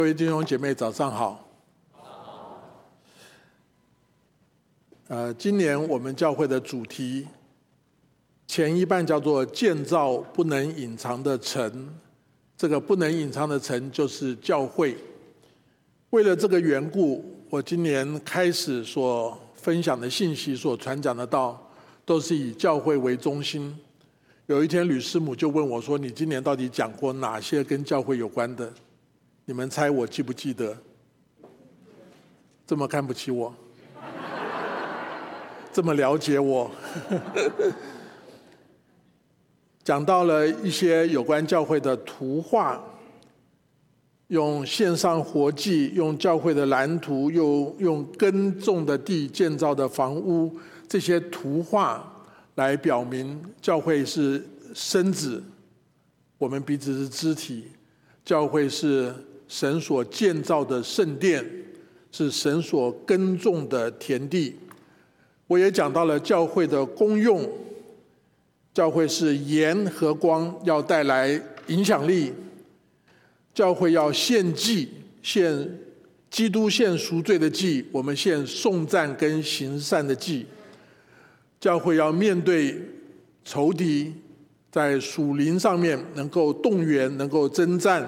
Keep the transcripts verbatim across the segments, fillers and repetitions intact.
各位弟兄姐妹，早上好。呃，今年我们教会的主题前一半叫做建造不能隐藏的城，这个不能隐藏的城就是教会。为了这个缘故，我今年开始所分享的信息、所传讲的道，都是以教会为中心。有一天，吕师母就问我说：“你今年到底讲过哪些跟教会有关的？”你们猜我记不记得？这么看不起我，这么了解我。讲到了一些有关教会的图画，用线上活祭，用教会的蓝图，又用耕种的地建造的房屋，这些图画来表明教会是身子，我们彼此是肢体，教会是神所建造的圣殿，是神所耕种的田地。我也讲到了教会的功用，教会是盐和光，要带来影响力。教会要献祭，献基督献赎罪的祭，我们献颂赞跟行善的祭。教会要面对仇敌，在属灵上面能够动员，能够征战。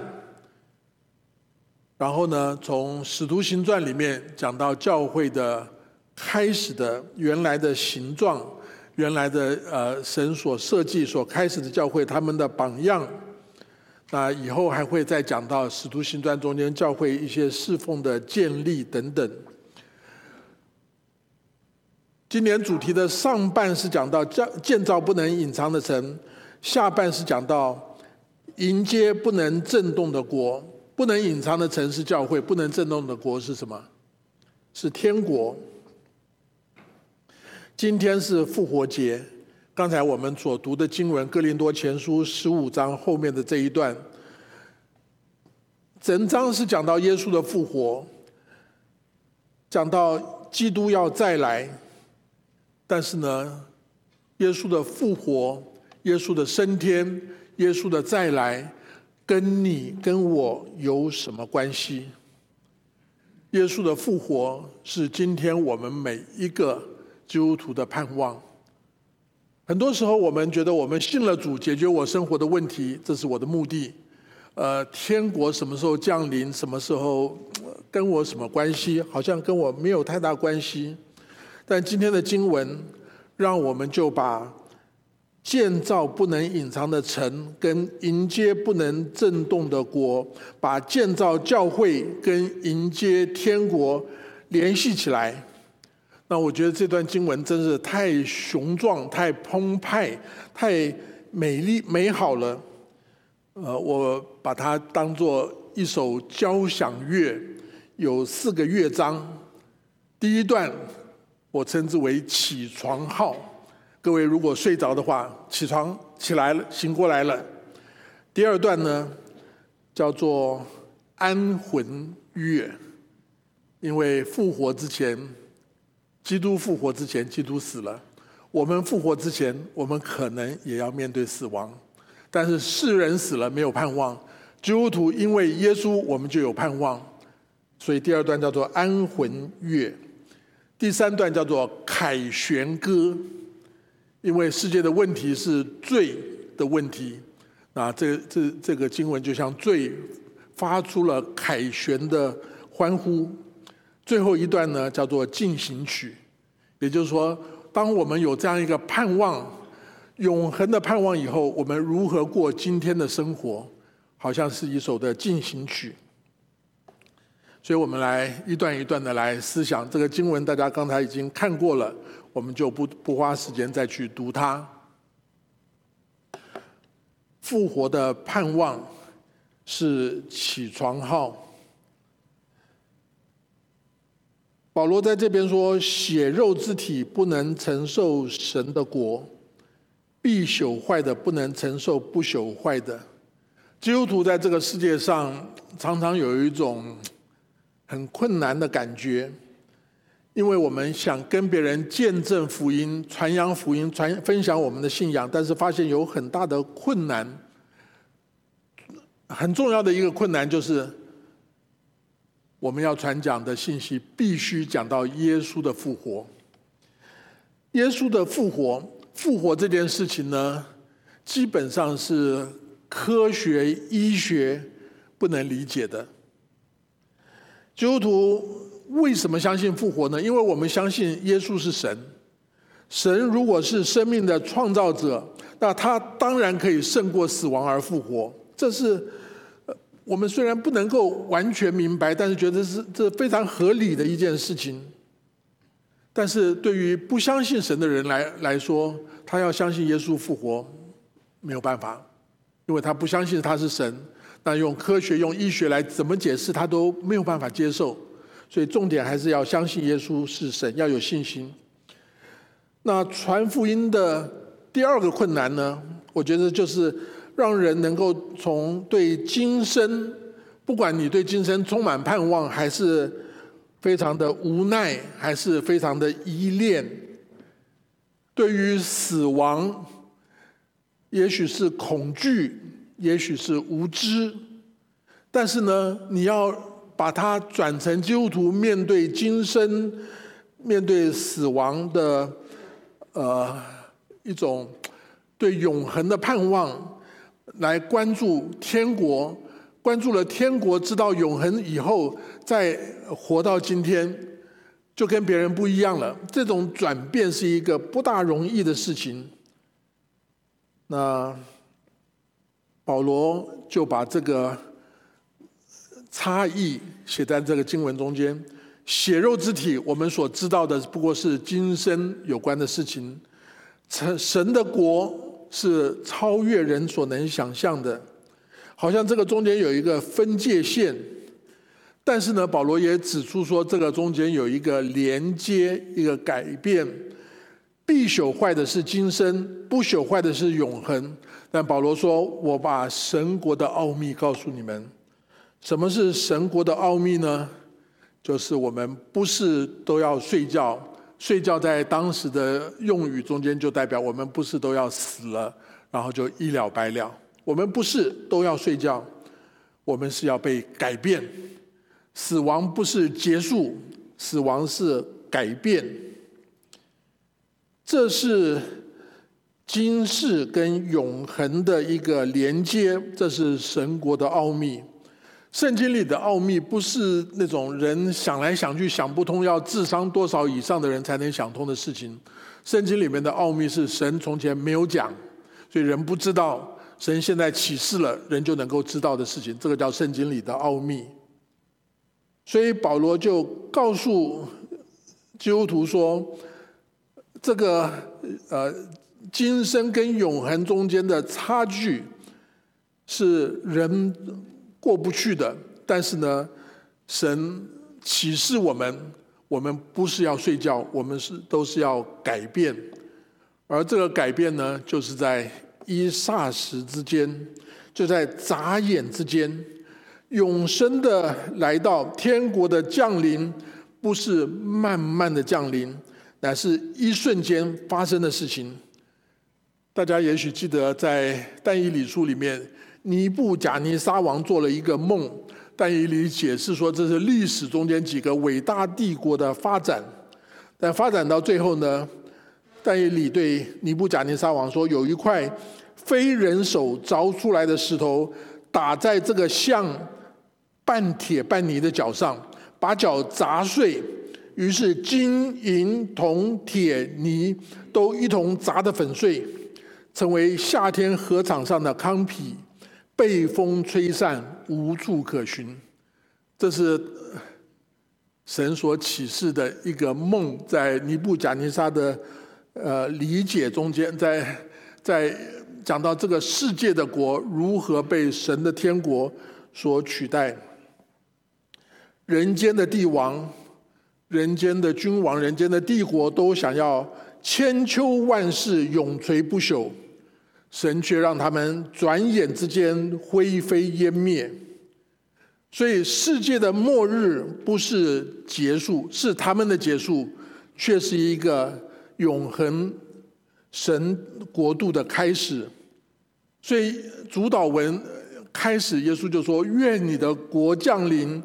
然后呢，从《使徒行传》里面讲到教会的开始的原来的形状，原来的呃神所设计所开始的教会，他们的榜样。那以后还会再讲到《使徒行传》中间教会一些侍奉的建立等等。今年主题的上半是讲到建造不能隐藏的城，下半是讲到迎接不能震动的国。不能隐藏的城是教会，不能震动的国是什么？是天国。今天是复活节，刚才我们所读的经文《哥林多前书》十五章后面的这一段，整章是讲到耶稣的复活，讲到基督要再来。但是呢，耶稣的复活、耶稣的升天、耶稣的再来，跟你跟我有什么关系？耶稣的复活是今天我们每一个基督徒的盼望。很多时候我们觉得我们信了主，解决我生活的问题，这是我的目的。呃，天国什么时候降临，什么时候跟我什么关系？好像跟我没有太大关系。但今天的经文让我们就把建造不能隐藏的城跟迎接不能震动的国，把建造教会跟迎接天国联系起来。那我觉得这段经文真是太雄壮、太澎湃、太美丽美好了。呃，我把它当作一首交响乐，有四个乐章。第一段我称之为起床号，各位如果睡着的话，起床起来了，醒过来了。第二段呢，叫做安魂乐，因为复活之前，基督复活之前，基督死了。我们复活之前，我们可能也要面对死亡，但是世人死了没有盼望，基督徒因为耶稣，我们就有盼望。所以第二段叫做安魂乐，第三段叫做凯旋歌。因为世界的问题是罪的问题，那这这这个经文就像罪发出了凯旋的欢呼。最后一段呢，叫做进行曲，也就是说，当我们有这样一个盼望，永恒的盼望以后，我们如何过今天的生活，好像是一首的进行曲。所以我们来一段一段的来思想这个经文，大家刚才已经看过了，我们就不不花时间再去读它。复活的盼望是起床号。保罗在这边说，血肉之体不能承受神的国，必朽坏的不能承受不朽坏的。基督徒在这个世界上常常有一种很困难的感觉，因为我们想跟别人见证福音、传扬福音、传分享我们的信仰，但是发现有很大的困难。很重要的一个困难就是， 我们要传讲的信息必须讲到耶稣的复活。耶稣的复活，复活这件事情呢，基本上是科学医学不能理解的。基督徒为什么相信复活呢？因为我们相信耶稣是神。神如果是生命的创造者，那他当然可以胜过死亡而复活。这是我们虽然不能够完全明白，但是觉得是这非常合理的一件事情。但是对于不相信神的人来来说，他要相信耶稣复活没有办法，因为他不相信他是神。那用科学用医学来怎么解释他都没有办法接受，所以重点还是要相信耶稣是神，要有信心。那传福音的第二个困难呢，我觉得就是让人能够从对今生，不管你对今生充满盼望，还是非常的无奈，还是非常的依恋，对于死亡也许是恐惧，也许是无知，但是呢，你要把它转成基督徒面对今生、面对死亡的呃一种对永恒的盼望，来关注天国，关注了天国，知道永恒以后，再活到今天，就跟别人不一样了。这种转变是一个不大容易的事情。那保罗就把这个差异写在这个经文中间。血肉之体，我们所知道的不过是今生有关的事情。神的国是超越人所能想象的，好像这个中间有一个分界线。但是呢，保罗也指出说，这个中间有一个连接，一个改变。必朽坏的是今生，不朽坏的是永恒。但保罗说，我把神国的奥秘告诉你们。什么是神国的奥秘呢？就是我们不是都要睡觉，睡觉在当时的用语中间就代表我们不是都要死了，然后就一了百了。我们不是都要睡觉，我们是要被改变。死亡不是结束，死亡是改变。这是今世跟永恒的一个连接，这是神国的奥秘。圣经里的奥秘不是那种人想来想去想不通，要智商多少以上的人才能想通的事情。圣经里面的奥秘是神从前没有讲，所以人不知道，神现在启示了，人就能够知道的事情，这个叫圣经里的奥秘。所以保罗就告诉基督徒说，这个呃今生跟永恒中间的差距是人过不去的，但是呢，神启示我们，我们不是要睡觉，我们是都是要改变。而这个改变呢，就是在一霎时之间，就在眨眼之间，永生的来到，天国的降临，不是慢慢的降临，乃是一瞬间发生的事情。大家也许记得，在但以理书里面，尼布甲尼撒王做了一个梦，但以理解释说，这是历史中间几个伟大帝国的发展。但发展到最后呢，但以理对尼布甲尼撒王说，有一块非人手凿出来的石头打在这个像半铁半泥的脚上，把脚砸碎，于是金银铜铁泥都一同砸得粉碎，成为夏天禾场上的糠秕，被风吹散，无处可寻。这是神所启示的一个梦，在尼布甲尼撒的呃理解中间，在在讲到这个世界的国如何被神的天国所取代。人间的帝王、人间的君王、人间的帝国都想要千秋万世永垂不朽，神却让他们转眼之间灰飞烟灭。所以世界的末日不是结束，是他们的结束，却是一个永恒神国度的开始。所以主祷文开始，耶稣就说，愿你的国降临，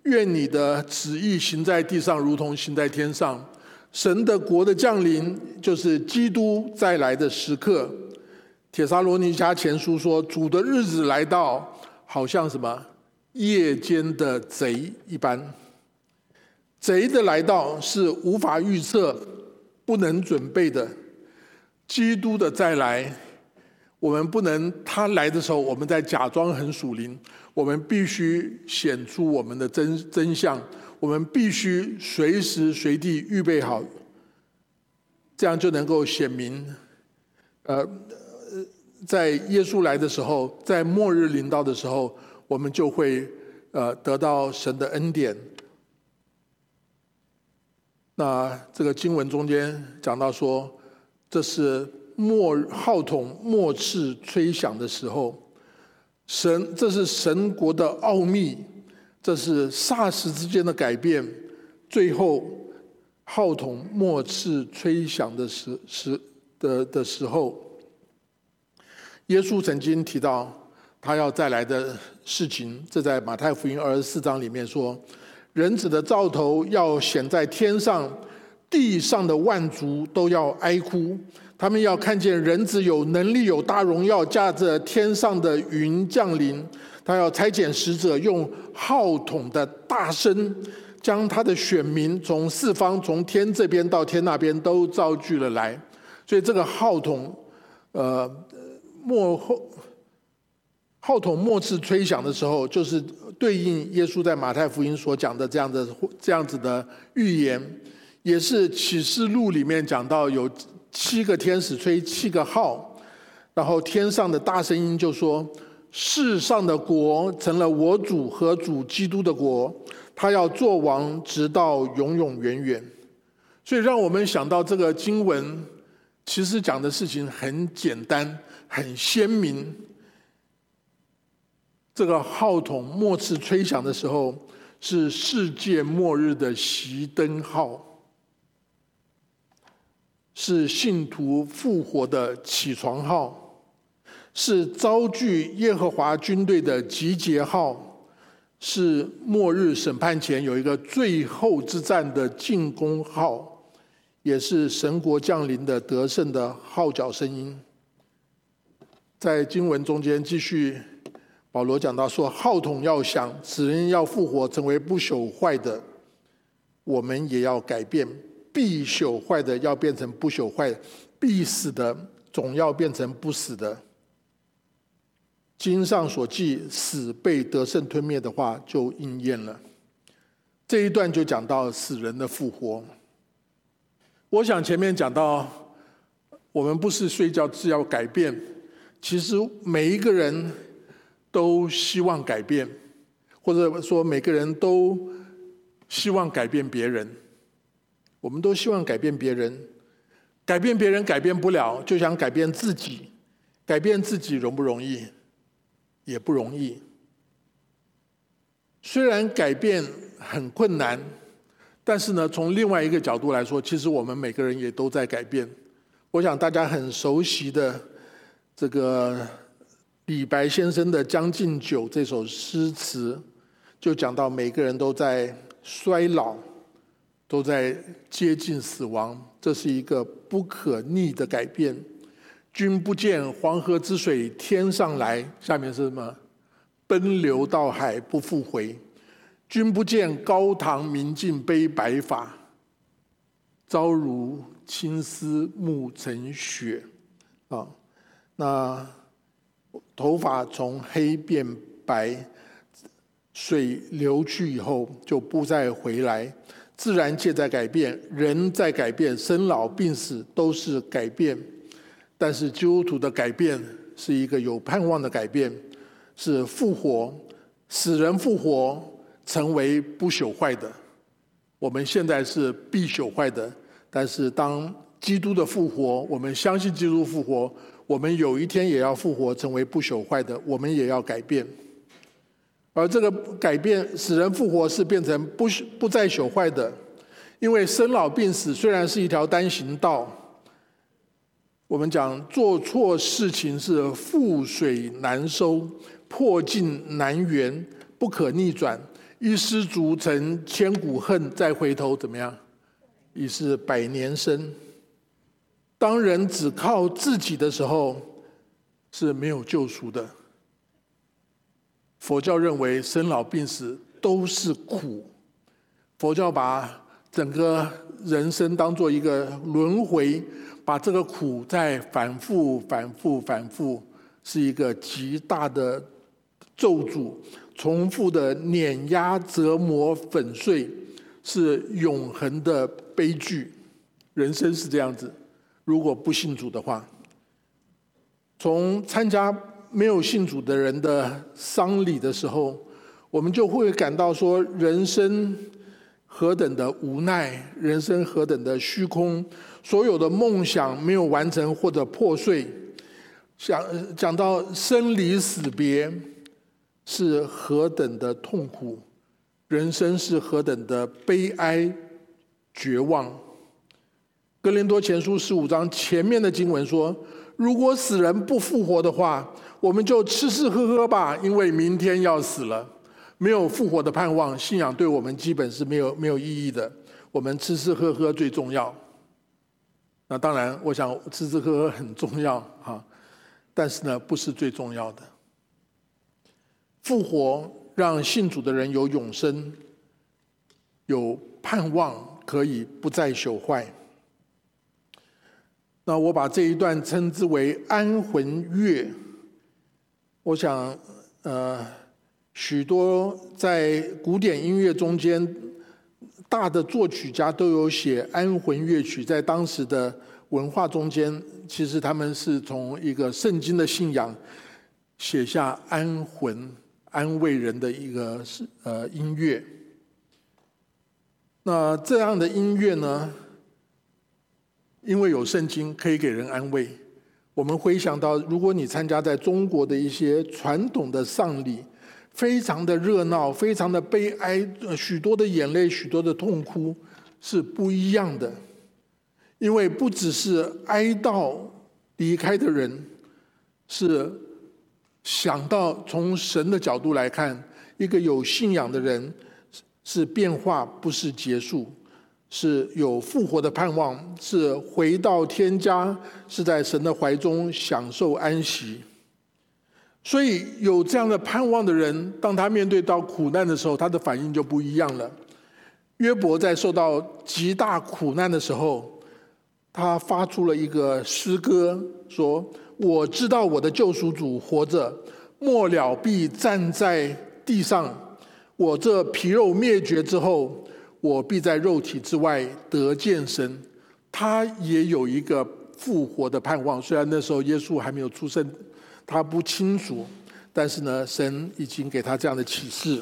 愿你的旨意行在地上，如同行在天上。神的国的降临，就是基督再来的时刻。帖撒罗尼迦前书说，主的日子来到，好像什么夜间的贼一般。贼的来到是无法预测、不能准备的。基督的再来，我们不能他来的时候，我们在假装很属灵，我们必须显出我们的真真相，我们必须随时随地预备好，这样就能够显明，呃，在耶稣来的时候，在末日临到的时候，我们就会呃得到神的恩典。那这个经文中间讲到说，这是末号筒末次吹响的时候，神这是神国的奥秘，这是霎时之间的改变，最后号筒末次吹响的时时的的时候，耶稣曾经提到他要再来的事情，这在马太福音二十四章里面说，人子的兆头要显在天上，地上的万族都要哀哭，他们要看见人子有能力有大荣耀，驾着天上的云降临，他要差遣使者，用号筒的大声，将他的选民从四方，从天这边到天那边都召聚了来。所以这个号筒呃末后号筒末次吹响的时候，就是对应耶稣在马太福音所讲的这样的这样子的预言，也是启示录里面讲到有七个天使吹七个号，然后天上的大声音就说，世上的国成了我主和主基督的国，他要做王直到永永远远。所以让我们想到这个经文其实讲的事情很简单很鲜明。这个号筒末次吹响的时候，是世界末日的熄灯号，是信徒复活的起床号，是召聚耶和华军队的集结号，是末日审判前有一个最后之战的进攻号，也是神国降临的得胜的号角声音。在经文中间继续，保罗讲到说，号筒要响，此人要复活，成为不朽坏的，我们也要改变，必朽坏的要变成不朽坏的，必死的总要变成不死的。经上所记死被得胜吞灭的话就应验了。这一段就讲到死人的复活。我想前面讲到，我们不是睡觉是要改变，其实每一个人都希望改变，或者说每个人都希望改变别人。我们都希望改变别人，改变别人改变不了，就想改变自己。改变自己容不容易？也不容易。虽然改变很困难，但是呢，从另外一个角度来说，其实我们每个人也都在改变。我想大家很熟悉的这个李白先生的《将进酒》这首诗词，就讲到每个人都在衰老，都在接近死亡，这是一个不可逆的改变。君不见黄河之水天上来，下面是什么？奔流到海不复回。君不见高堂明镜悲白发，朝如青丝暮成雪。啊，那头发从黑变白，水流去以后就不再回来。自然界在改变，人在改变，生老病死都是改变。但是基督徒的改变是一个有盼望的改变，是复活，死人复活，成为不朽坏的。我们现在是必朽坏的，但是当基督的复活，我们相信基督复活，我们有一天也要复活，成为不朽坏的，我们也要改变。而这个改变，使人复活，是变成不不再朽坏的。因为生老病死虽然是一条单行道，我们讲做错事情是覆水难收，破镜难圆，不可逆转， 一失足成千古恨，再回头怎么样？已是百年身。当人只靠自己的时候，是没有救赎的。佛教认为生老病死都是苦，佛教把整个人生当作一个轮回，把这个苦再反复、反复、反复，是一个极大的咒诅，重复的碾压、折磨、粉碎，是永恒的悲剧。人生是这样子，如果不信主的话，从参加没有信主的人的丧礼的时候，我们就会感到说，人生何等的无奈，人生何等的虚空，所有的梦想没有完成或者破碎。讲讲到生离死别是何等的痛苦，人生是何等的悲哀绝望。哥林多前书十五章前面的经文说，如果死人不复活的话，我们就吃吃喝喝吧，因为明天要死了。没有复活的盼望，信仰对我们基本是没有没有意义的。我们吃吃喝喝最重要。那当然，我想吃吃喝喝很重要哈，但是呢，不是最重要的。复活让信主的人有永生，有盼望，可以不再朽坏。那我把这一段称之为安魂乐。我想，呃，许多在古典音乐中间，大的作曲家都有写安魂乐曲，在当时的文化中间，其实他们是从一个圣经的信仰写下安魂、安慰人的一个呃音乐。那这样的音乐呢，因为有圣经可以给人安慰。我们回想到，如果你参加在中国的一些传统的丧礼，非常的热闹，非常的悲哀，许多的眼泪，许多的痛哭，是不一样的。因为不只是哀悼离开的人，是想到从神的角度来看，一个有信仰的人是变化，不是结束，是有复活的盼望，是回到天家，是在神的怀中享受安息。所以有这样的盼望的人，当他面对到苦难的时候，他的反应就不一样了。约伯在受到极大苦难的时候，他发出了一个诗歌，说：我知道我的救赎主活着，末了必站在地上。我这皮肉灭绝之后，我必在肉体之外得见神。他也有一个复活的盼望，虽然那时候耶稣还没有出生，他不清楚，但是呢，神已经给他这样的启示。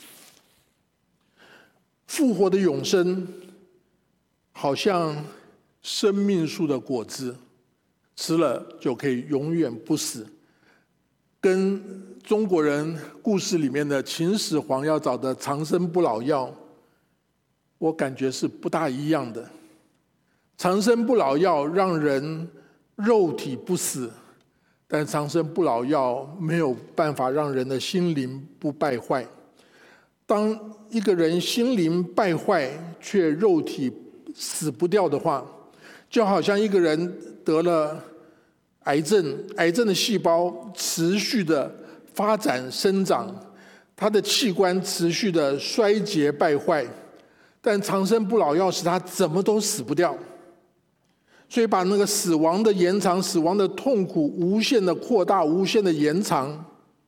复活的永生好像生命树的果子，吃了就可以永远不死，跟中国人故事里面的秦始皇要找的长生不老药，我感觉是不大一样的。长生不老药让人肉体不死，但长生不老药没有办法让人的心灵不败坏。当一个人心灵败坏却肉体死不掉的话，就好像一个人得了癌症，癌症的细胞持续的发展生长，他的器官持续的衰竭败坏，但长生不老药使他怎么都死不掉。所以把那个死亡的延长，死亡的痛苦无限的扩大，无限的延长，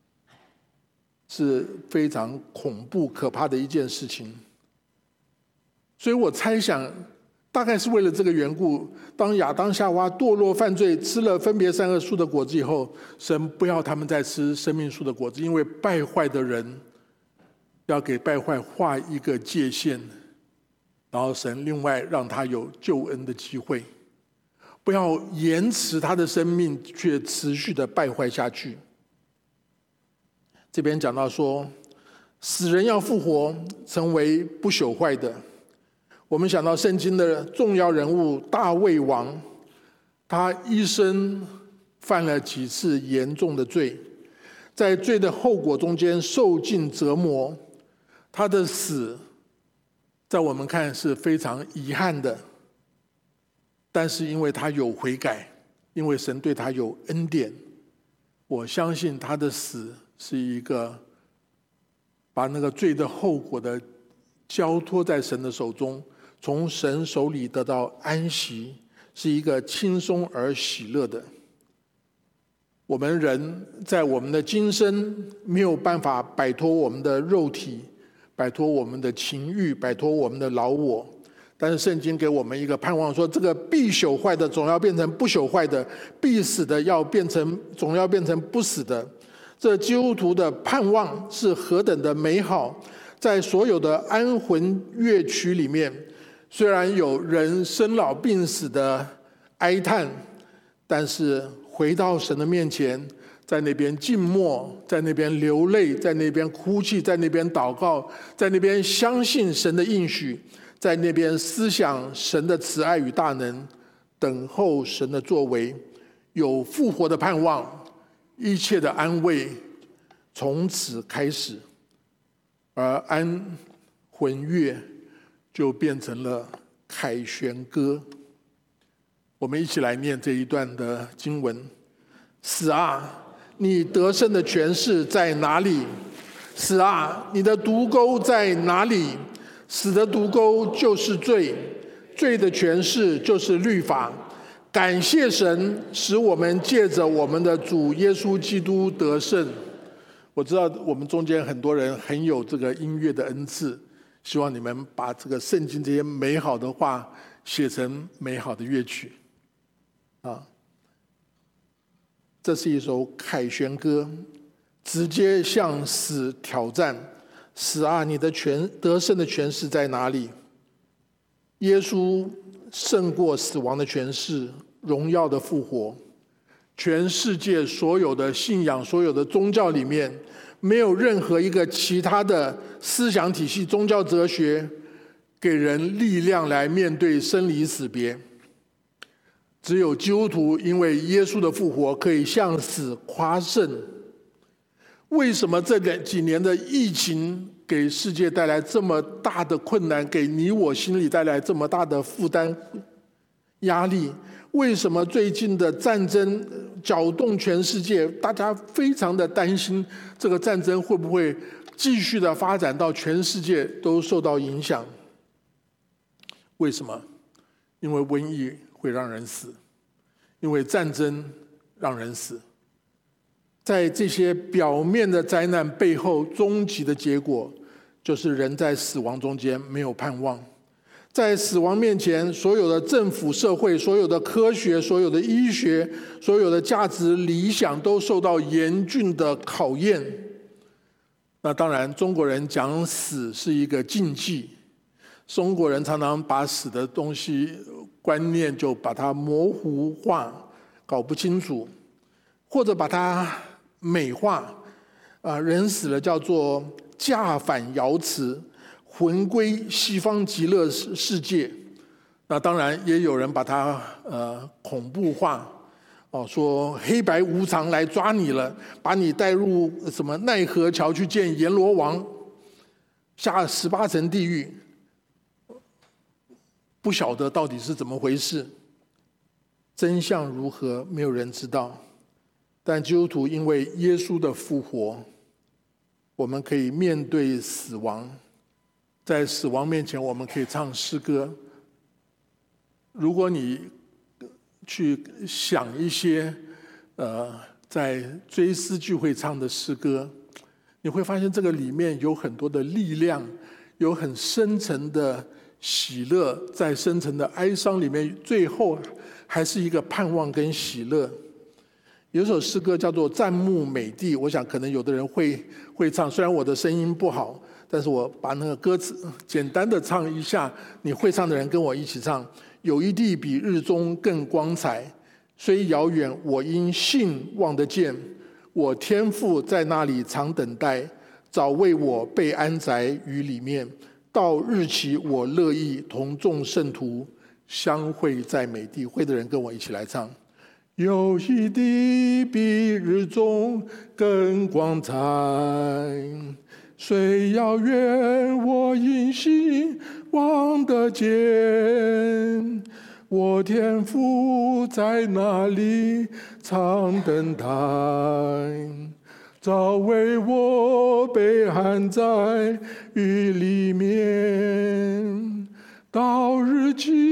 是非常恐怖可怕的一件事情。所以我猜想，大概是为了这个缘故，当亚当夏娃堕落犯罪，吃了分别善恶树的果子以后，神不要他们再吃生命树的果子，因为败坏的人要给败坏画一个界限，然后神另外让他有救恩的机会，不要延迟他的生命却持续的败坏下去。这边讲到说，死人要复活，成为不朽坏的。我们想到圣经的重要人物大卫王，他一生犯了几次严重的罪，在罪的后果中间受尽折磨， 他的死在我们看是非常遗憾的，但是因为他有悔改，因为神对他有恩典，我相信他的死是一个把那个罪的后果的交托在神的手中，从神手里得到安息，是一个轻松而喜乐的。我们人在我们的今生没有办法摆脱我们的肉体，摆脱我们的情欲，摆脱我们的老我，但是圣经给我们一个盼望，说这个必朽坏的总要变成不朽坏的，必死的要变成总要变成不死的。这基督徒的盼望是何等的美好！在所有的安魂乐曲里面，虽然有人生老病死的哀叹，但是回到神的面前，在那边静默，在那边流泪，在那边哭泣，在那边祷告，在那边相信神的应许，在那边思想神的慈爱与大能，等候神的作为，有复活的盼望，一切的安慰从此开始，而安魂乐就变成了凯旋歌。我们一起来念这一段的经文：死啊，你得胜的权势在哪里？死啊，你的毒钩在哪里？死的毒钩就是罪，罪的权势就是律法。感谢神，使我们借着我们的主耶稣基督得胜。我知道我们中间很多人很有这个音乐的恩赐，希望你们把这个圣经这些美好的话写成美好的乐曲啊。这是一首凯旋歌，直接向死挑战。死啊，你的权得胜的权势在哪里？耶稣胜过死亡的权势，荣耀的复活。全世界所有的信仰，所有的宗教里面，没有任何一个其他的思想体系、宗教哲学给人力量来面对生离死别。只有基督徒因为耶稣的复活可以向死夸胜。为什么这几年的疫情给世界带来这么大的困难，给你我心里带来这么大的负担压力？为什么最近的战争搅动全世界，大家非常的担心这个战争会不会继续的发展到全世界都受到影响？为什么？因为瘟疫会让人死，因为战争让人死。在这些表面的灾难背后，终极的结果就是人在死亡中间没有盼望。在死亡面前，所有的政府、社会、所有的科学、所有的医学、所有的价值理想都受到严峻的考验。那当然，中国人讲死是一个禁忌，中国人常常把死的东西观念就把它模糊化，搞不清楚，或者把它美化。啊，人死了叫做驾返瑶池，魂归西方极乐世界。那当然也有人把它呃恐怖化，哦，说黑白无常来抓你了，把你带入什么奈何桥去见阎罗王，下十八层地狱。不晓得到底是怎么回事，真相如何，没有人知道。但基督徒因为耶稣的复活，我们可以面对死亡，在死亡面前，我们可以唱诗歌。如果你去想一些呃在追思聚会唱的诗歌，你会发现这个里面有很多的力量，有很深沉的喜乐，在深沉的哀伤里面，最后还是一个盼望跟喜乐。有一首诗歌叫做《赞慕美地》，我想可能有的人会会唱，虽然我的声音不好，但是我把那个歌词简单的唱一下，你会唱的人跟我一起唱。有一地比日中更光彩，虽遥远我因信望得见，我天父在那里常等待，早为我备安宅于里面，到日期我乐意同众圣徒相会在美地。会的人跟我一起来唱。有一地比日中更光彩， 虽遥远，我因信望得见。我天父在哪里？常等待，早为我被含在雨里面。到日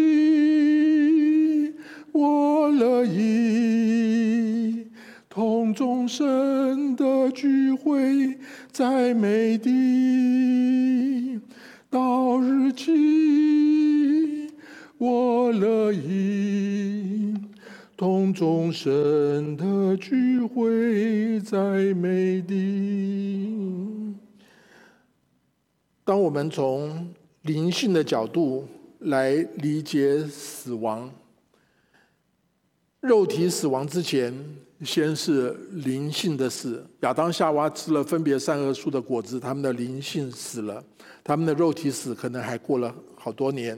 期，我乐意同众生的聚会在美地。到日期，我乐意同众生的聚会在美地。当我们从灵性的角度来理解死亡，肉体死亡之前，先是灵性的死。亚当夏娃吃了分别善恶树的果子，他们的灵性死了，他们的肉体死可能还过了好多年。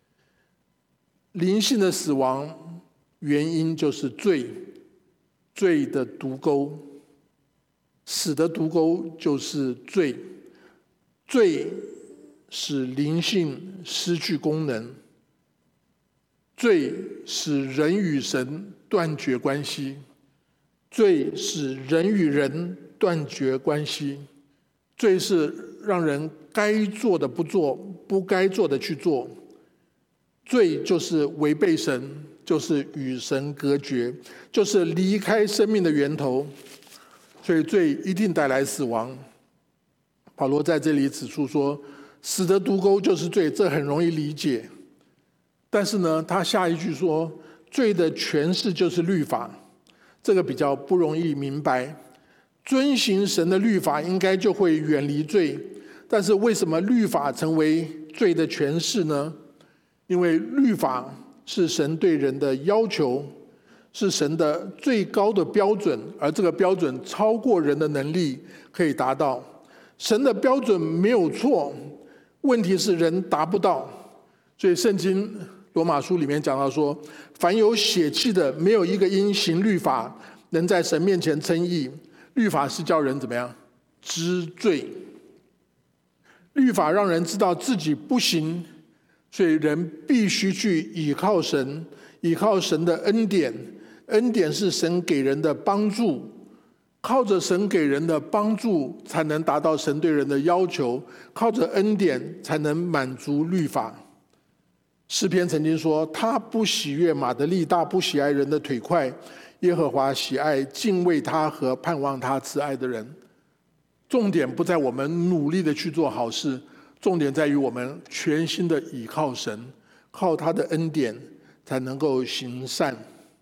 灵性的死亡原因就是罪，罪的毒钩，死的毒钩就是罪，罪使灵性失去功能，罪使人与神断绝关系，罪使人与人断绝关系，罪是让人该做的不做，不该做的去做，罪就是违背神，就是与神隔绝，就是离开生命的源头，所以罪一定带来死亡。保罗在这里指出说，死的毒钩就是罪，这很容易理解。但是呢，他下一句说，罪的诠释就是律法，这个比较不容易明白。遵行神的律法应该就会远离罪，但是为什么律法成为罪的诠释呢？因为律法是神对人的要求，是神的最高的标准，而这个标准超过人的能力可以达到。神的标准没有错，问题是人达不到。所以圣经罗马书里面讲到说，凡有血气的，没有一个因行律法能在神面前称义。律法是叫人怎么样？知罪。律法让人知道自己不行，所以人必须去倚靠神，倚靠神的恩典。恩典是神给人的帮助，靠着神给人的帮助才能达到神对人的要求，靠着恩典才能满足律法。诗篇曾经说，他不喜悦马的力大，不喜爱人的腿快，耶和华喜爱敬畏他和盼望他慈爱的人。重点不在我们努力的去做好事，重点在于我们全心的倚靠神，靠他的恩典才能够行善。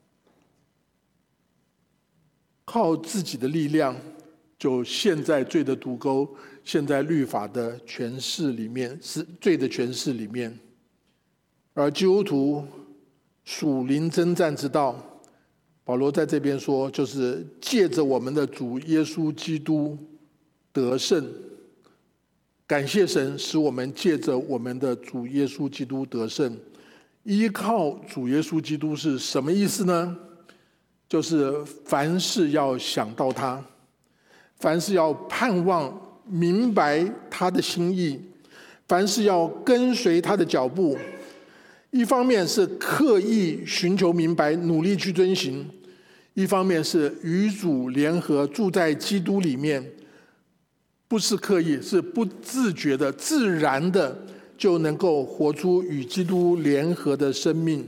靠自己的力量，就陷在罪的毒钩，陷在律法的诠释里面，是罪的诠释里面。而基督徒属灵征战之道，保罗在这边说，就是借着我们的主耶稣基督得胜。感谢神，使我们借着我们的主耶稣基督得胜。依靠主耶稣基督是什么意思呢？就是凡事要想到他，凡事要盼望明白他的心意，凡事要跟随他的脚步。一方面是刻意寻求明白，努力去遵行；一方面是与主联合，住在基督里面，不是刻意，是不自觉的、自然的，就能够活出与基督联合的生命。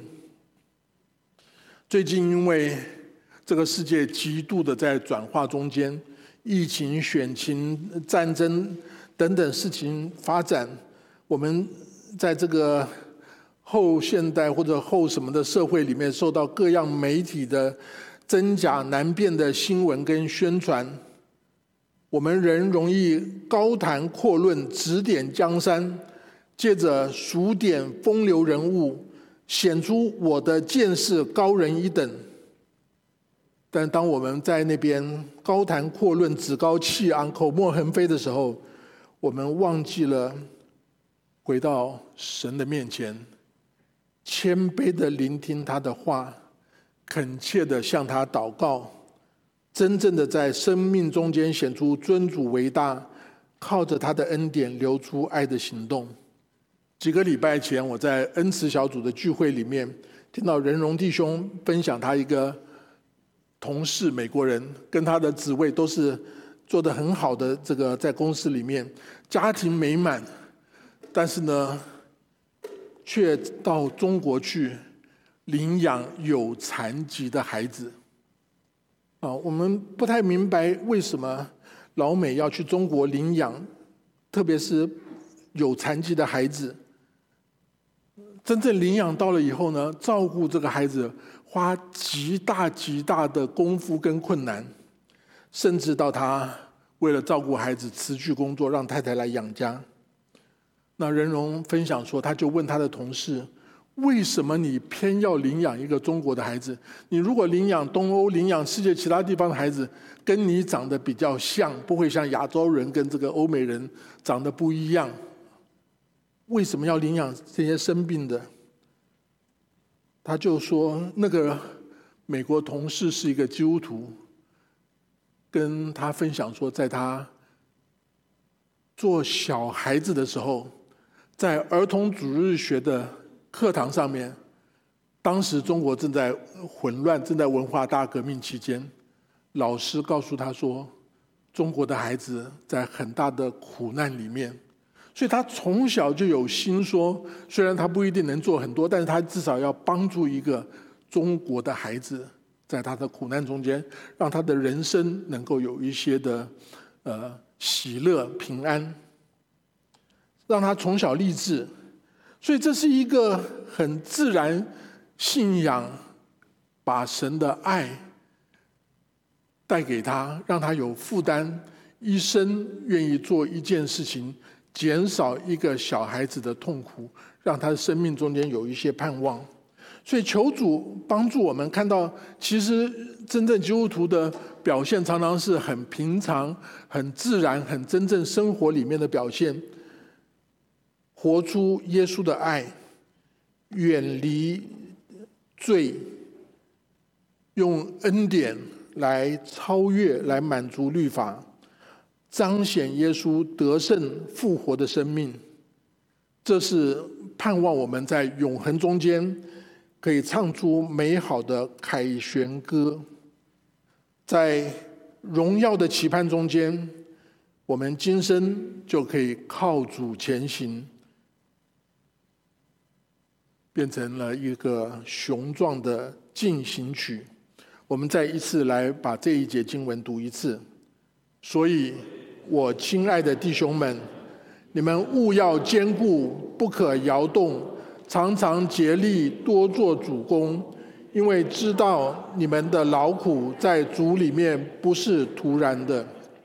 最近因为这个世界极度的在转化中间，疫情、选情、战争等等事情发展，我们在这个后现代或者后什么的社会里面，受到各样媒体的真假难辨的新闻跟宣传，我们人容易高谈阔论，指点江山，借着数点风流人物，显出我的见识高人一等。但当我们在那边高谈阔论、趾高气昂、口沫横飞的时候，我们忘记了回到神的面前，谦卑的聆听他的话，恳切的向他祷告，真正的在生命中间显出尊主为大， 靠着他的恩典流出爱的行动。几个礼拜前，我在恩慈小组的聚会里面听到仁荣弟兄分享他一个同事，美国人，跟他的职位都是做得很好的，这个在公司里面家庭美满，但是呢却到中国去领养有残疾的孩子。啊，我们不太明白为什么老美要去中国领养，特别是有残疾的孩子。真正领养到了以后呢，照顾这个孩子花极大极大的功夫跟困难，甚至到他为了照顾孩子辞去工作，让太太来养家。那仁荣分享说，他就问他的同事，为什么你偏要领养一个中国的孩子？你如果领养东欧、领养世界其他地方的孩子，跟你长得比较像，不会像亚洲人跟这个欧美人长得不一样，为什么要领养这些生病的？他就说，那个美国同事是一个基督徒，跟他分享说，在他做小孩子的时候，在儿童主日学的课堂上面，当时中国正在混乱，正在文化大革命期间，老师告诉他说，中国的孩子在很大的苦难里面，所以他从小就有心说，虽然他不一定能做很多，但是他至少要帮助一个中国的孩子，在他的苦难中间，让他的人生能够有一些的呃喜乐平安，让他从小立志。所以这是一个很自然信仰，把神的爱带给他，让他有负担，一生愿意做一件事情，减少一个小孩子的痛苦，让他的生命中间有一些盼望。所以求主帮助我们看到，其实真正基督徒的表现常常是很平常、很自然、很真正生活里面的表现，活出耶稣的爱，远离罪，用恩典来超越、来满足律法，彰显耶稣得胜复活的生命。这是盼望我们在永恒中间可以唱出美好的凯旋歌，在荣耀的期盼中间，我们今生就可以靠主前行，变成了一个雄壮的进行曲。我们再一次来把这一节经文读一次。所以我亲爱的弟兄们，你们务要坚固，不可摇动，常常竭力多做主工，因为知道你们的劳苦在主里面不是徒然的。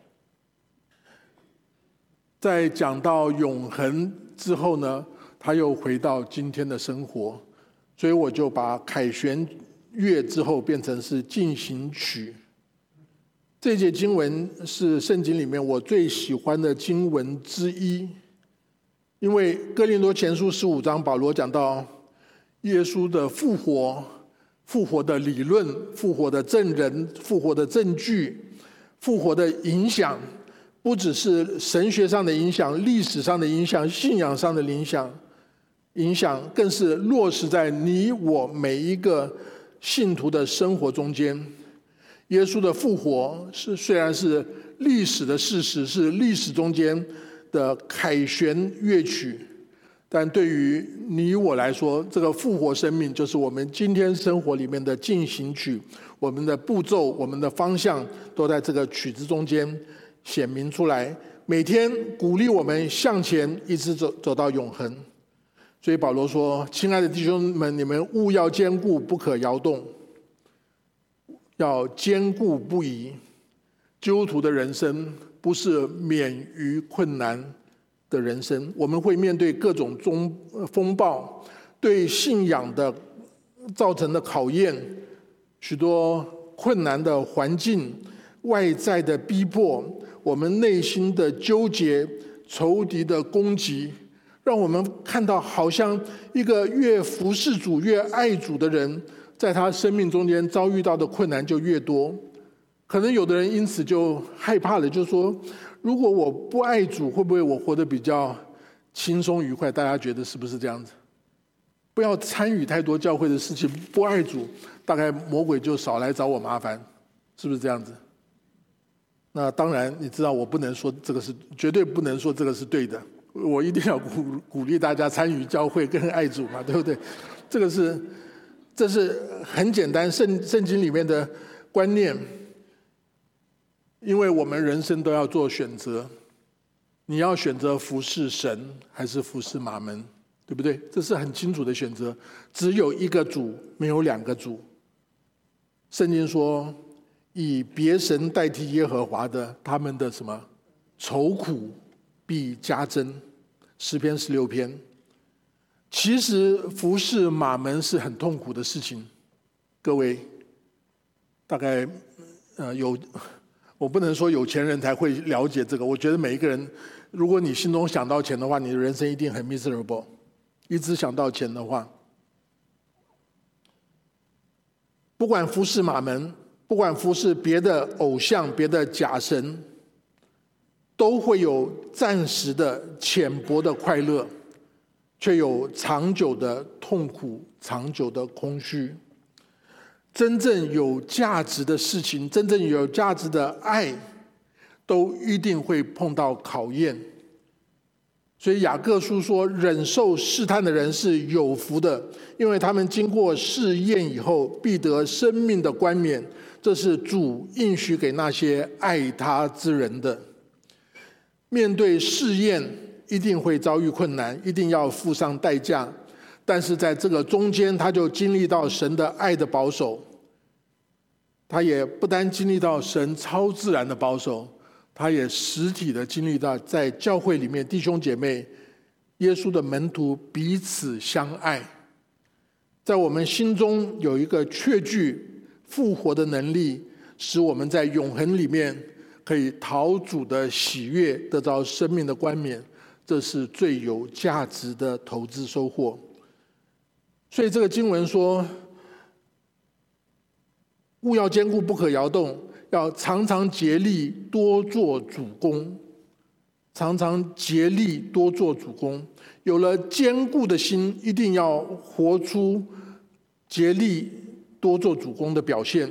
在讲到永恒之后呢，他又回到今天的生活，所以我就把凯旋乐之后变成是进行曲。这节经文是圣经里面我最喜欢的经文之一，因为哥林多前书十五章保罗讲到耶稣的复活、复活的理论、复活的证人、复活的证据、复活的影响，不只是神学上的影响、历史上的影响、信仰上的影响，影响更是落实在你我每一个信徒的生活中间。耶稣的复活是虽然是历史的事实，是历史中间的凯旋乐曲，但对于你我来说，这个复活生命就是我们今天生活里面的进行曲，我们的步骤、我们的方向都在这个曲子中间显明出来，每天鼓励我们向前，一直走走到永恒。所以保罗说，亲爱的弟兄们，你们务要坚固，不可摇动，要坚固不移。基督徒的人生不是免于困难的人生，我们会面对各种中风暴，对信仰的造成的考验，许多困难的环境，外在的逼迫，我们内心的纠结，仇敌的攻击，让我们看到好像一个越服侍主越爱主的人，在他生命中间遭遇到的困难就越多。可能有的人因此就害怕了，就说如果我不爱主，会不会我活得比较轻松愉快？大家觉得是不是这样子？不要参与太多教会的事情，不爱主，大概魔鬼就少来找我麻烦，是不是这样子？那当然，你知道我不能说这个是，绝对不能说这个是对的。我一定要鼓鼓励大家参与教会跟爱主嘛，对不对？这个是，这是很简单，圣圣经里面的观念。因为我们人生都要做选择，你要选择服侍神还是服侍马门，对不对？这是很清楚的选择，只有一个主，没有两个主。圣经说，以别神代替耶和华的，他们的什么愁苦必加增。诗篇十六篇。其实服侍马门是很痛苦的事情，各位大概呃有。我不能说有钱人才会了解这个，我觉得每一个人，如果你心中想到钱的话，你的人生一定很 miserable。一直想到钱的话，不管服侍马门，不管服侍别的偶像、别的假神，都会有暂时的浅薄的快乐，却有长久的痛苦、长久的空虚。真正有价值的事情，真正有价值的爱，都一定会碰到考验。所以雅各书说，忍受试探的人是有福的，因为他们经过试验以后，必得生命的冠冕。这是主应许给那些爱他之人的。面对试验，一定会遭遇困难，一定要付上代价。但是在这个中间，他就经历到神的爱的保守，他也不单经历到神超自然的保守，他也实体的经历到在教会里面弟兄姐妹、耶稣的门徒彼此相爱，在我们心中有一个确据复活的能力，使我们在永恒里面可以讨主的喜悦，得到生命的冠冕，这是最有价值的投资收获。所以这个经文说，务要坚固，不可摇动，要常常竭力多做主工，常常竭力多做主工。有了坚固的心，一定要活出竭力多做主工的表现。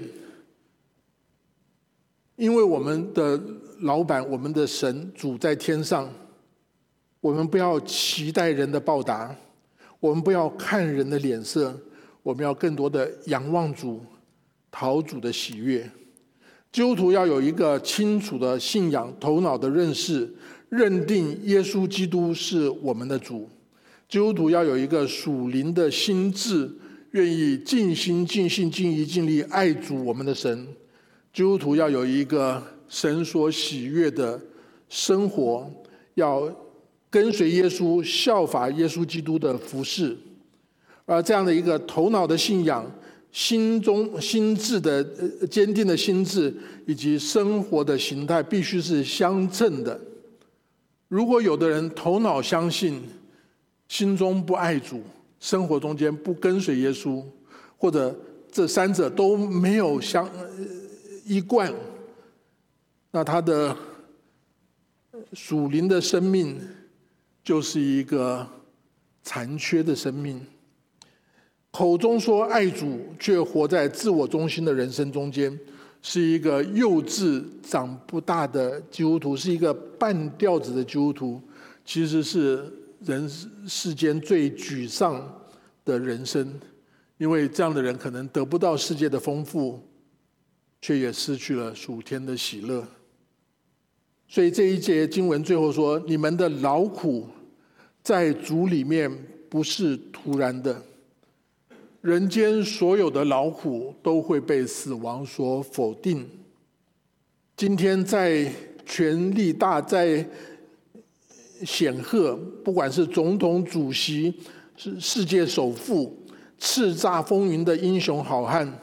因为我们的老板，我们的神主在天上，我们不要期待人的报答，我们不要看人的脸色，我们要更多的仰望主，讨主的喜悦。基督徒要有一个清楚的信仰，头脑的认识，认定耶稣基督是我们的主。基督徒要有一个属灵的心智，愿意尽心尽性尽意尽力爱主我们的神。基督徒要有一个神所喜悦的生活，要跟随耶稣，效法耶稣基督的服事。而这样的一个头脑的信仰，心中心智的坚定的心智，以及生活的形态必须是相称的。如果有的人头脑相信，心中不爱主，生活中间不跟随耶稣，或者这三者都没有相一贯，那他的属灵的生命就是一个残缺的生命。口中说爱主，却活在自我中心的人生中间，是一个幼稚长不大的基督徒，是一个半吊子的基督徒，其实是人世间最沮丧的人生。因为这样的人可能得不到世界的丰富，却也失去了属天的喜乐。所以这一节经文最后说，你们的劳苦在主里面不是突然的，人间所有的劳苦都会被死亡所否定。今天在权力大，在显赫，不管是总统、主席，是世界首富，叱咤风云的英雄好汉，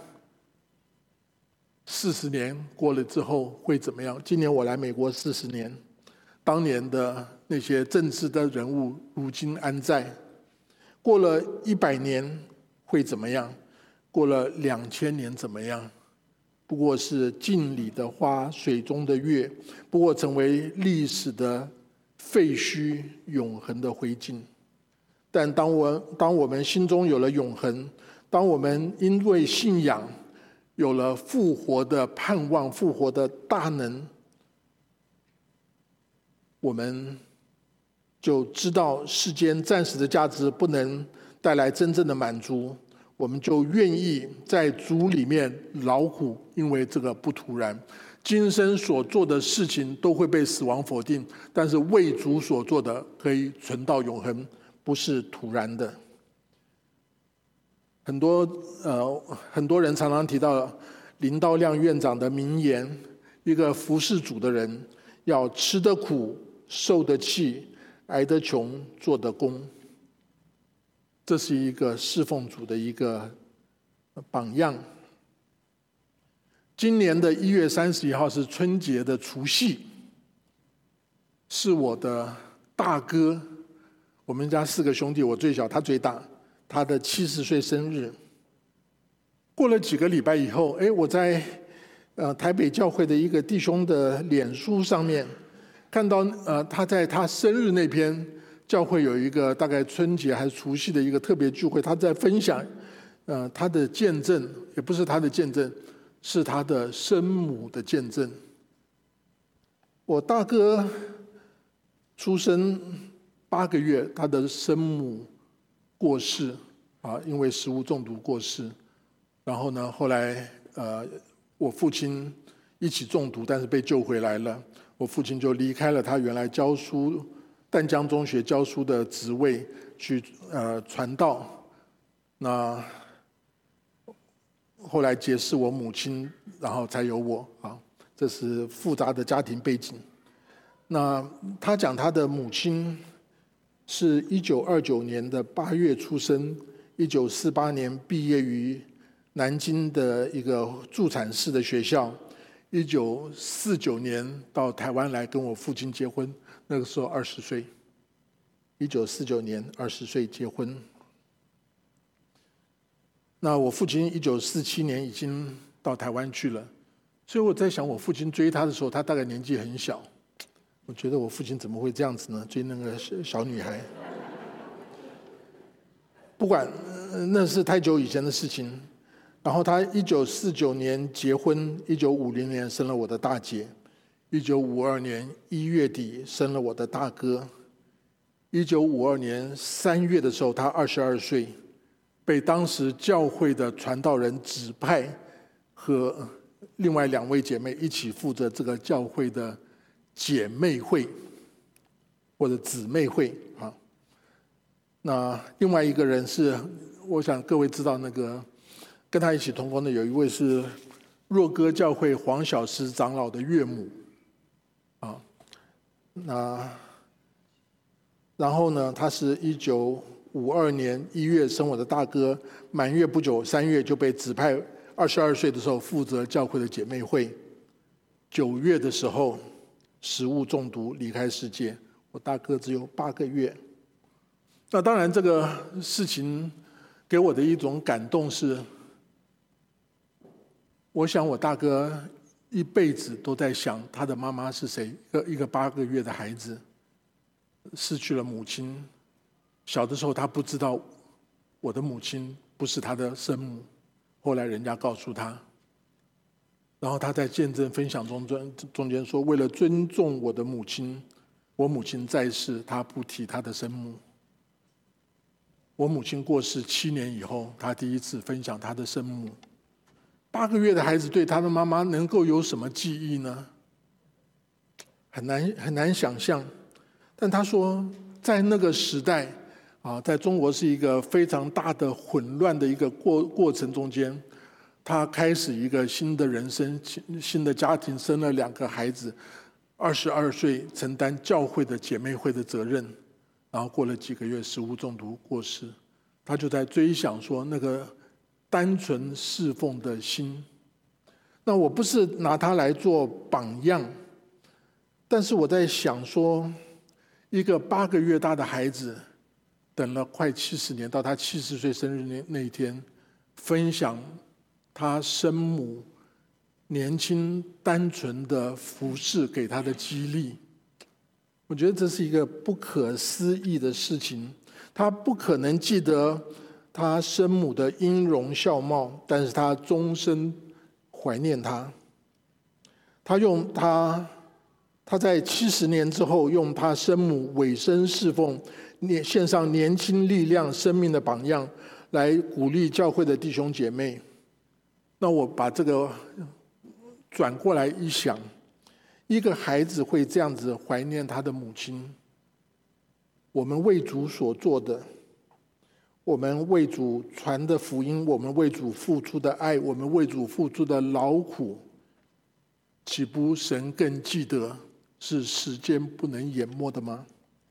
四十年过了之后会怎么样？今年我来美国四十年，当年的那些政治的人物如今安在？过了一百年会怎么样？过了两千年怎么样？ 不过是镜里的花，水中的月，不过成为历史的废墟，永恒的灰烬。但当我当我们心中有了永恒，当我们因为信仰有了复活的盼望，复活的大能，我们就知道世间暂时的价值不能带来真正的满足，我们就愿意在主里面劳苦，因为这个不突然。今生所做的事情都会被死亡否定，但是为主所做的可以存到永恒，不是突然的。很多呃很多人常常提到林道亮院长的名言：一个服侍主的人，要吃得苦，受得气，挨得穷，做得工。这是一个侍奉主的一个榜样。今年的一月三十一号是春节的除夕，是我的大哥，我们家四个兄弟，我最小，他最大，他的七十岁生日。过了几个礼拜以后，哎，我在呃台北教会的一个弟兄的脸书上面看到，呃，他在他生日那篇教会有一个大概春节还是除夕的一个特别聚会，他在分享，呃，他的见证，也不是他的见证，是他的生母的见证。我大哥出生八个月，他的生母过世，啊，因为食物中毒过世。然后呢，后来呃，我父亲一起中毒，但是被救回来了。我父亲就离开了他原来教书淡江中学教书的职位，去呃传道。那后来结识我母亲，然后才有我啊，这是复杂的家庭背景。那他讲他的母亲是一九二九年的八月出生，一九四八年毕业于南京的一个助产士的学校，一九四九年到台湾来跟我父亲结婚，那个时候二十岁。一九四九年二十岁结婚。那我父亲一九四七年已经到台湾去了，所以我在想，我父亲追他的时候，他大概年纪很小。我觉得我父亲怎么会这样子呢？追那个小女孩。不管，那是太久以前的事情。然后他一九四九年结婚，一九五零年生了我的大姐，一九五二年一月底生了我的大哥，一九五二年三月的时候，他二十二岁，被当时教会的传道人指派和另外两位姐妹一起负责这个教会的姐妹会或者姊妹会啊。那另外一个人是，我想各位知道那个。跟他一起同工的有一位是若歌教会黄小诗长老的岳母，啊，那然后呢，他是一九五二年一月生我的大哥，满月不久，三月就被指派，二十二岁的时候负责教会的姐妹会，九月的时候食物中毒离开世界，我大哥只有八个月。那当然，这个事情给我的一种感动是。我想我大哥一辈子都在想他的妈妈是谁，一个一个八个月的孩子失去了母亲。小的时候他不知道我的母亲不是他的生母，后来人家告诉他。然后他在见证分享中中中间说，为了尊重我的母亲，我母亲在世，他不提他的生母。我母亲过世七年以后，他第一次分享他的生母。八个月的孩子对他的妈妈能够有什么记忆呢？很难很难想象。但他说，在那个时代啊，在中国是一个非常大的混乱的一个过过程中间，他开始一个新的人生，新的家庭，生了两个孩子，二十二岁承担教会的姐妹会的责任，然后过了几个月食物中毒过世。他就在追想说那个。单纯侍奉的心，那我不是拿它来做榜样，但是我在想说，一个八个月大的孩子，等了快七十年，到他七十岁生日那那一天，分享他生母年轻单纯的服侍给他的激励。我觉得这是一个不可思议的事情。他不可能记得他生母的音容笑貌，但是他终身怀念他。他用他他在七十年之后，用他生母委身侍奉，献上年轻力量生命的榜样，来鼓励教会的弟兄姐妹。那我把这个转过来一想，一个孩子会这样子怀念他的母亲，我们为主所做的，我们为主传的福音，我们为主付出的爱，我们为主付出的劳苦，岂不神更记得，是时间不能淹没的吗？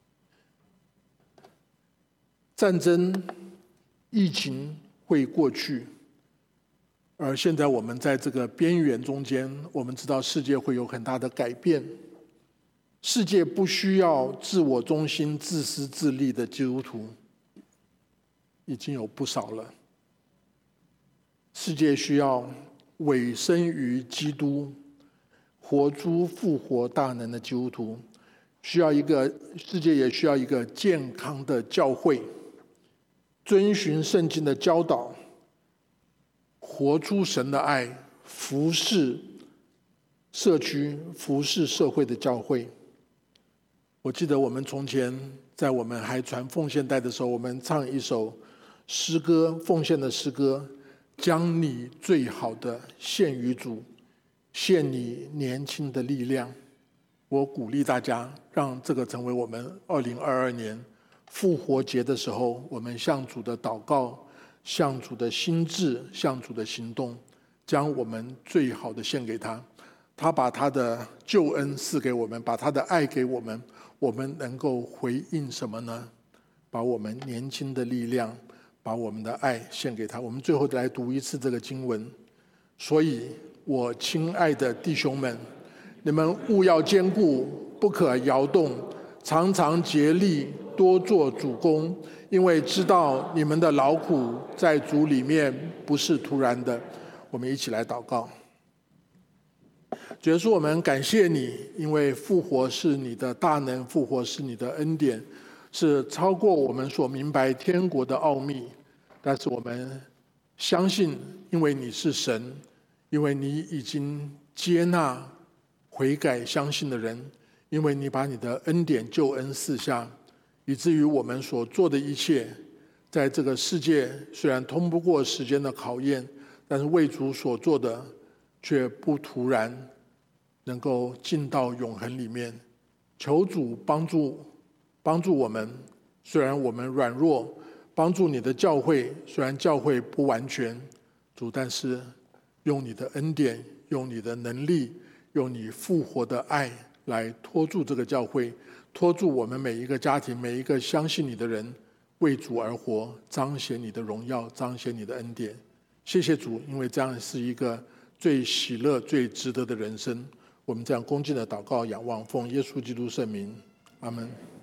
战争、疫情会过去，而现在我们在这个边缘中间，我们知道世界会有很大的改变。世界不需要自我中心、自私自利的基督徒，已经有不少了。世界需要委身于基督、活出复活大能的基督徒，需要一个世界也需要一个健康的教会，遵循圣经的教导，活出神的爱，服侍社区、服侍社会的教会。我记得我们从前在我们还传奉献带的时候，我们唱一首诗歌，奉献的诗歌，将你最好的献于主，献你年轻的力量。我鼓励大家，让这个成为我们二零二二年复活节的时候，我们向主的祷告，向主的心志，向主的行动，将我们最好的献给他。他把他的救恩赐给我们，把他的爱给我们，我们能够回应什么呢？把我们年轻的力量，把我们的爱献给他。我们最后来读一次这个经文。所以我亲爱的弟兄们，你们务要坚固，不可摇动，常常竭力多做主工，因为知道你们的劳苦在主里面不是突然的。我们一起来祷告。主耶稣，我们感谢你，因为复活是你的大能，复活是你的恩典，是超过我们所明白天国的奥秘。但是我们相信，因为你是神，因为你已经接纳悔改相信的人，因为你把你的恩典救恩赐下，以至于我们所做的一切，在这个世界虽然通不过时间的考验，但是为主所做的却不突然能够进到永恒里面。求主帮助帮助我们，虽然我们软弱，帮助你的教会，虽然教会不完全，主，但是用你的恩典，用你的能力，用你复活的爱来拖住这个教会，拖住我们每一个家庭，每一个相信你的人，为主而活，彰显你的荣耀，彰显你的恩典。谢谢主，因为这样是一个最喜乐、最值得的人生。我们这样恭敬的祷告、仰望，奉耶稣基督圣名，阿们。